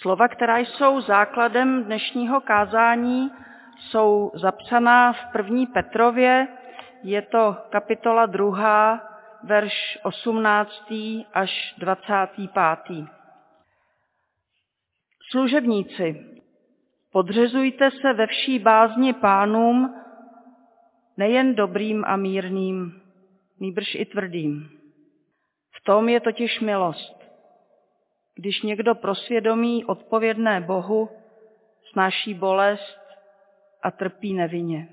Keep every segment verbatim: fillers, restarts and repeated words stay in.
Slova, která jsou základem dnešního kázání, jsou zapsaná v první Petrově, je to kapitola druhá, verš osmnáctý až dvacátý pátý. Služebníci, podřezujte se ve vší bázni pánům, nejen dobrým a mírným, nýbrž i tvrdým. V tom je totiž milost. Když někdo pro svědomí odpovědné Bohu snáší bolest a trpí nevinně.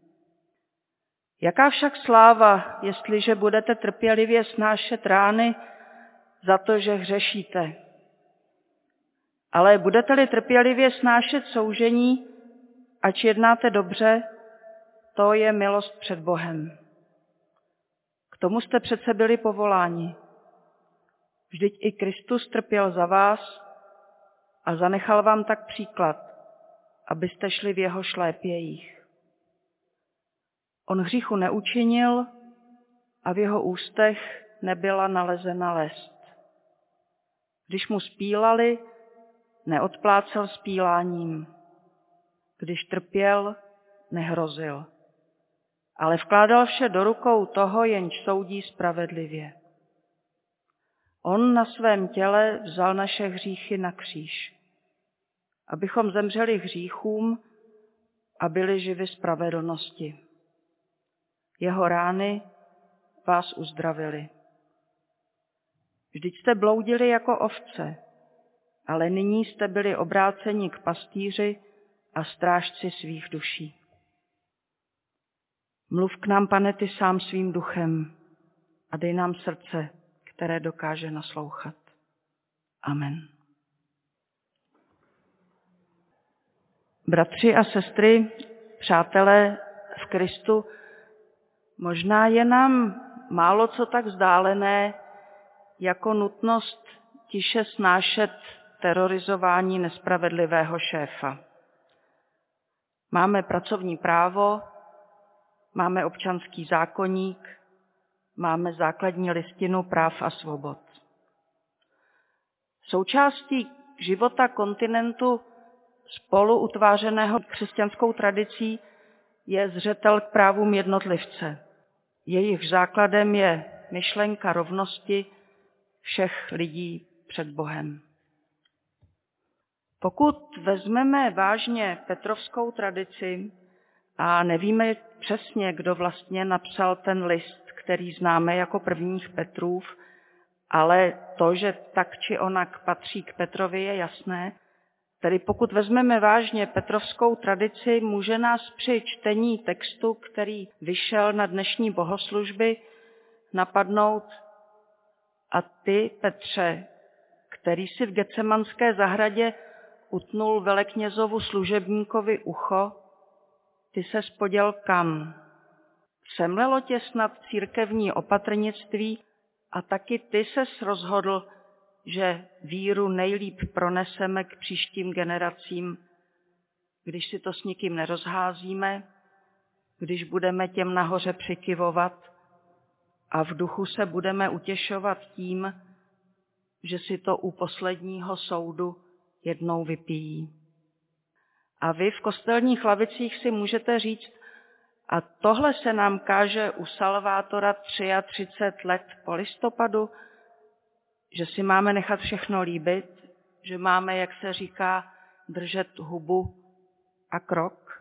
Jaká však sláva, jestliže budete trpělivě snášet rány za to, že hřešíte. Ale budete-li trpělivě snášet soužení, ač jednáte dobře, to je milost před Bohem. K tomu jste přece byli povoláni. Vždyť i Kristus trpěl za vás a zanechal vám tak příklad, abyste šli v jeho šlépějích. On hříchu neučinil a v jeho ústech nebyla nalezena lest. Když mu spílali, neodplácel spíláním. Když trpěl, nehrozil. Ale vkládal vše do rukou toho, jenž soudí spravedlivě. On na svém těle vzal naše hříchy na kříž, abychom zemřeli hříchům a byli živi spravedlnosti. Jeho rány vás uzdravily. Vždyť jste bloudili jako ovce, ale nyní jste byli obráceni k pastýři a strážci svých duší. Mluv k nám, Pane, ty sám svým duchem a dej nám srdce, které dokáže naslouchat. Amen. Bratři a sestry, přátelé v Kristu, možná je nám málo co tak vzdálené, jako nutnost tiše snášet terorizování nespravedlivého šéfa. Máme pracovní právo, máme občanský zákoník, máme základní listinu práv a svobod. Součástí života kontinentu spolu utvářeného křesťanskou tradicí je zřetel k právům jednotlivce. Jejich základem je myšlenka rovnosti všech lidí před Bohem. Pokud vezmeme vážně petrovskou tradici a nevíme přesně, kdo vlastně napsal ten list, který známe jako prvních Petrův, ale to, že tak či onak patří k Petrovi, je jasné. Tedy pokud vezmeme vážně petrovskou tradici, může nás při čtení textu, který vyšel na dnešní bohoslužby, napadnout: a ty, Petře, který si v Getsemanské zahradě utnul veleknězovu služebníkovi ucho, ty ses poděl kam? Semlelo tě snad církevní opatrnictví a taky ty ses rozhodl, že víru nejlíp proneseme k příštím generacím, když si to s nikým nerozházíme, když budeme těm nahoře přikyvovat a v duchu se budeme utěšovat tím, že si to u posledního soudu jednou vypijí. A vy v kostelních lavicích si můžete říct: a tohle se nám káže u Salvátora třicet tři let po listopadu, že si máme nechat všechno líbit, že máme, jak se říká, držet hubu a krok.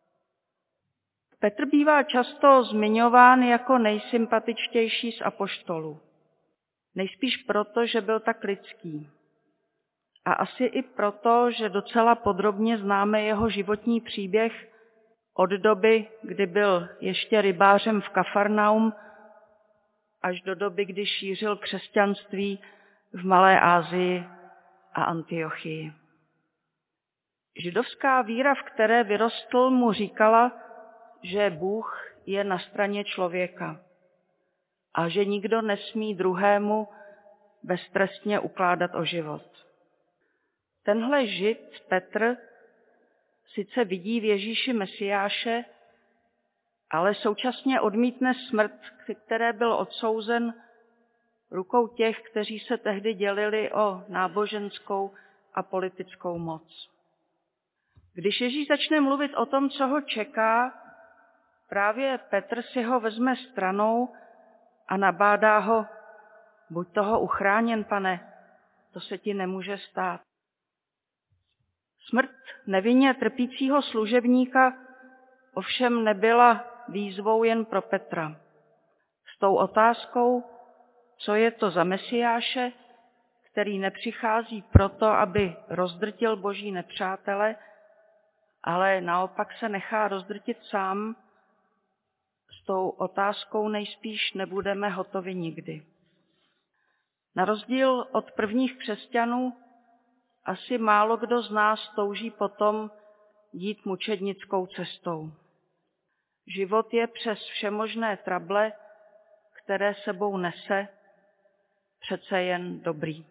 Petr bývá často zmiňován jako nejsympatičtější z apoštolů. Nejspíš proto, že byl tak lidský. A asi i proto, že docela podrobně známe jeho životní příběh od doby, kdy byl ještě rybářem v Kafarnaum, až do doby, kdy šířil křesťanství v Malé Asii a Antiochii. Židovská víra, v které vyrostl, mu říkala, že Bůh je na straně člověka a že nikdo nesmí druhému beztrestně ukládat o život. Tenhle Žid Petr sice vidí v Ježíši Mesiáše, ale současně odmítne smrt, které byl odsouzen rukou těch, kteří se tehdy dělili o náboženskou a politickou moc. Když Ježíš začne mluvit o tom, co ho čeká, právě Petr si ho vezme stranou a nabádá ho: buď toho uchráněn, Pane, to se ti nemůže stát. Smrt nevinně trpícího služebníka ovšem nebyla výzvou jen pro Petra. S tou otázkou, co je to za Mesiáše, který nepřichází proto, aby rozdrtil boží nepřátele, ale naopak se nechá rozdrtit sám, s tou otázkou nejspíš nebudeme hotovi nikdy. Na rozdíl od prvních křesťanů asi málo kdo z nás touží potom jít mučednickou cestou. Život je přes všemožné trable, které sebou nese, přece jen dobrý.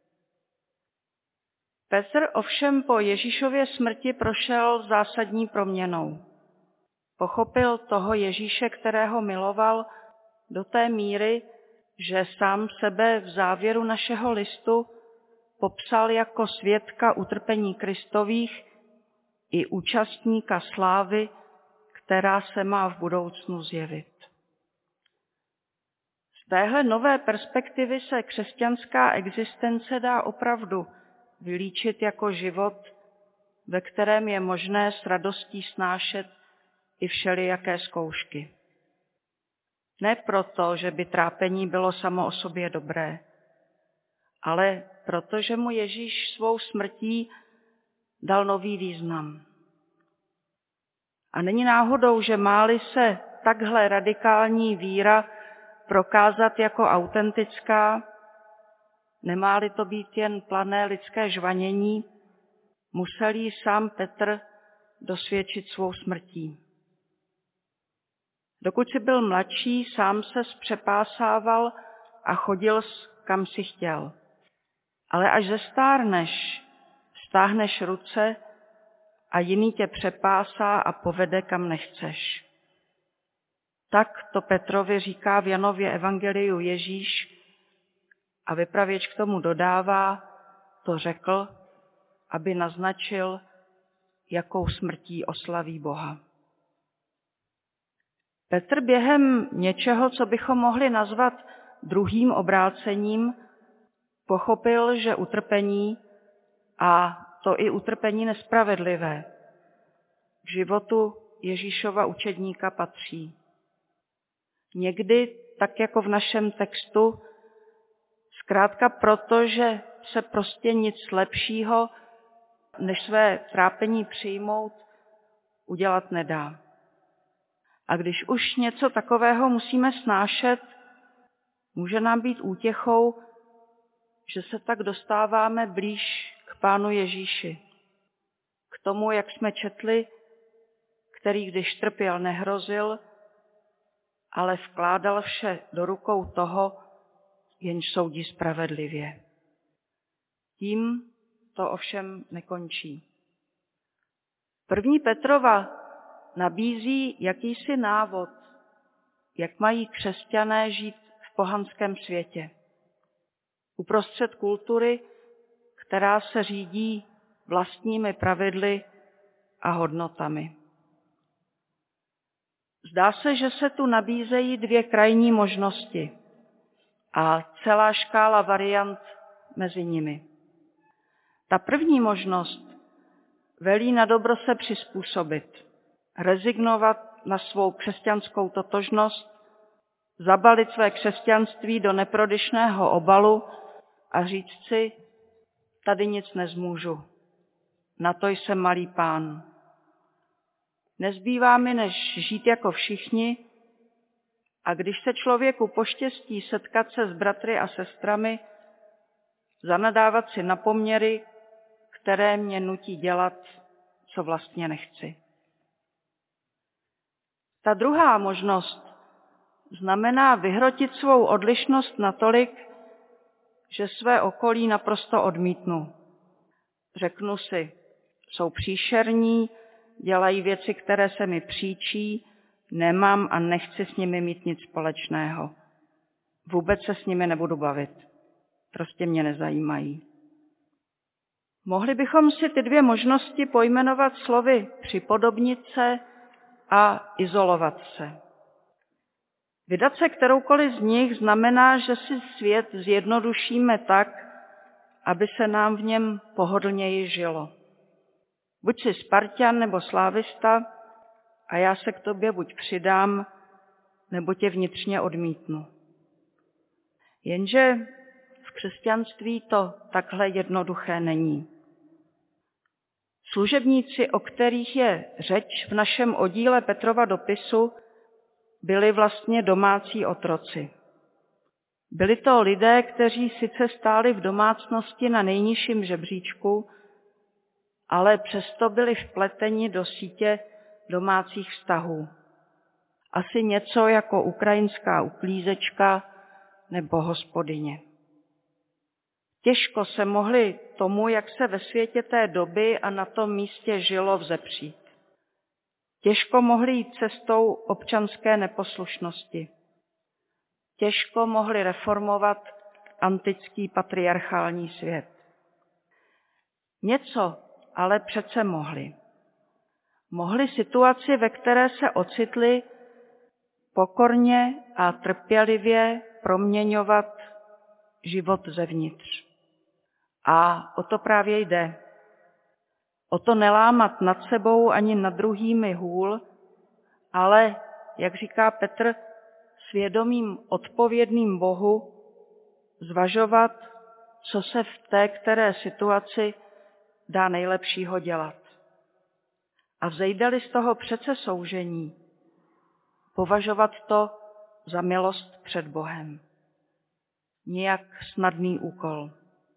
Petr ovšem po Ježíšově smrti prošel zásadní proměnou. Pochopil toho Ježíše, kterého miloval, do té míry, že sám sebe v závěru našeho listu popsal jako svědka utrpení Kristových i účastníka slávy, která se má v budoucnu zjevit. Z téhle nové perspektivy se křesťanská existence dá opravdu vylíčit jako život, ve kterém je možné s radostí snášet i všelijaké zkoušky. Ne proto, že by trápení bylo samo o sobě dobré, ale proto, že mu Ježíš svou smrtí dal nový význam. A není náhodou, že má-li se takhle radikální víra prokázat jako autentická, nemá-li to být jen plané lidské žvanění, musel jí sám Petr dosvědčit svou smrtí. Dokud si byl mladší, sám se zpřepásával a chodil, kam si chtěl. Ale až zestárneš, stáhneš ruce a jiný tě přepásá a povede, kam nechceš. Tak to Petrovi říká v Janově evangeliu Ježíš a vypravěč k tomu dodává, to řekl, aby naznačil, jakou smrtí oslaví Boha. Petr během něčeho, co bychom mohli nazvat druhým obrácením, pochopil, že utrpení, a to i utrpení nespravedlivé, k životu Ježíšova učedníka patří. Někdy, tak jako v našem textu, zkrátka proto, že se prostě nic lepšího, než své trápení přijmout, udělat nedá. A když už něco takového musíme snášet, může nám být útěchou, že se tak dostáváme blíž k Pánu Ježíši. K tomu, jak jsme četli, který když trpěl, nehrozil, ale vkládal vše do rukou toho, jenž soudí spravedlivě. Tím to ovšem nekončí. První Petrova nabízí jakýsi návod, jak mají křesťané žít v pohanském světě. Uprostřed kultury, která se řídí vlastními pravidly a hodnotami. Zdá se, že se tu nabízejí dvě krajní možnosti a celá škála variant mezi nimi. Ta první možnost velí na dobro se přizpůsobit, rezignovat na svou křesťanskou totožnost, zabalit své křesťanství do neprodyšného obalu a říct si, tady nic nezmůžu, na to jsem malý pán. Nezbývá mi, než žít jako všichni, a když se člověku poštěstí setkat se s bratry a sestrami, zanadávat si na poměry, které mě nutí dělat, co vlastně nechci. Ta druhá možnost znamená vyhrotit svou odlišnost natolik, že své okolí naprosto odmítnu. Řeknu si, jsou příšerní, dělají věci, které se mi příčí, nemám a nechci s nimi mít nic společného. Vůbec se s nimi nebudu bavit. Prostě mě nezajímají. Mohli bychom si ty dvě možnosti pojmenovat slovy připodobnit se a izolovat se. Vydat se kteroukoliv z nich znamená, že si svět zjednodušíme tak, aby se nám v něm pohodlněji žilo. Buď jsi Spartan nebo slávista a já se k tobě buď přidám, nebo tě vnitřně odmítnu. Jenže v křesťanství to takhle jednoduché není. Služebníci, o kterých je řeč v našem oddíle Petrova dopisu, byli vlastně domácí otroci. Byli to lidé, kteří sice stáli v domácnosti na nejnižším žebříčku, ale přesto byli vpleteni do sítě domácích vztahů. Asi něco jako ukrajinská uklízečka nebo hospodyně. Těžko se mohli tomu, jak se ve světě té doby a na tom místě žilo, vzepřít. Těžko mohli jít cestou občanské neposlušnosti. Těžko mohli reformovat antický patriarchální svět. Něco ale přece mohli. Mohli situaci, ve které se ocitli, pokorně a trpělivě proměňovat život zevnitř. A o to právě jde. O to nelámat nad sebou ani nad druhými hůl, ale, jak říká Petr, svědomím odpovědným Bohu zvažovat, co se v té které situaci dá nejlepšího dělat. A vzejde-li z toho přece soužení, považovat to za milost před Bohem. Nijak snadný úkol.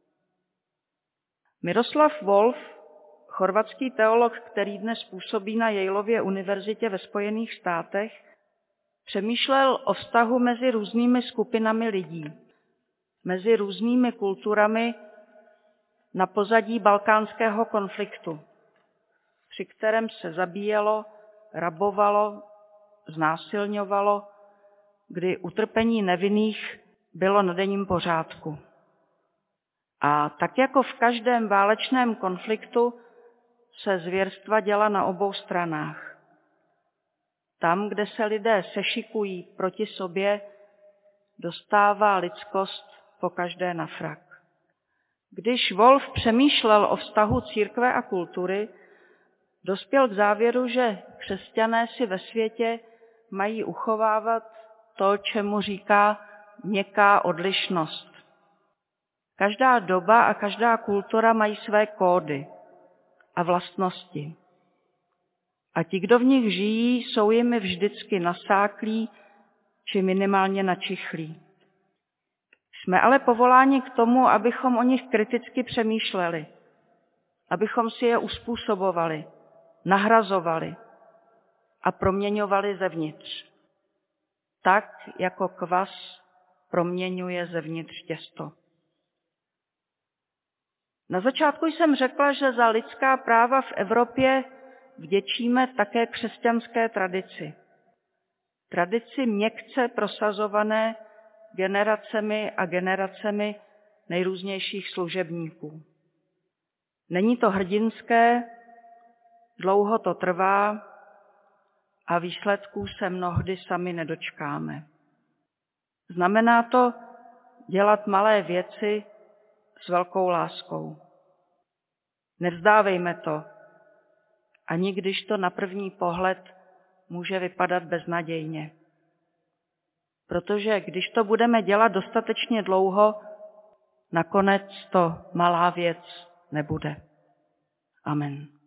Miroslav Volf, chorvatský teolog, který dnes působí na Yaleově univerzitě ve Spojených státech, přemýšlel o vztahu mezi různými skupinami lidí, mezi různými kulturami na pozadí balkánského konfliktu, při kterém se zabíjelo, rabovalo, znásilňovalo, kdy utrpení nevinných bylo na denním pořádku. A tak jako v každém válečném konfliktu se zvěrstva děla na obou stranách. Tam, kde se lidé sešikují proti sobě, dostává lidskost po každé na frak. Když Wolf přemýšlel o vztahu církve a kultury, dospěl k závěru, že křesťané si ve světě mají uchovávat to, čemu říká měkká odlišnost. Každá doba a každá kultura mají své kódy a vlastnosti. A ti, kdo v nich žijí, jsou jimi vždycky nasáklí či minimálně načichlí. Jsme ale povoláni k tomu, abychom o nich kriticky přemýšleli, abychom si je uspůsobovali, nahrazovali a proměňovali zevnitř. Tak, jako kvas proměňuje zevnitř těsto. Na začátku jsem řekla, že za lidská práva v Evropě vděčíme také křesťanské tradici. Tradici měkce prosazované generacemi a generacemi nejrůznějších služebníků. Není to hrdinské, dlouho to trvá a výsledků se mnohdy sami nedočkáme. Znamená to dělat malé věci s velkou láskou. Nevzdávejme to, ani když to na první pohled může vypadat beznadějně. Protože když to budeme dělat dostatečně dlouho, nakonec to malá věc nebude. Amen.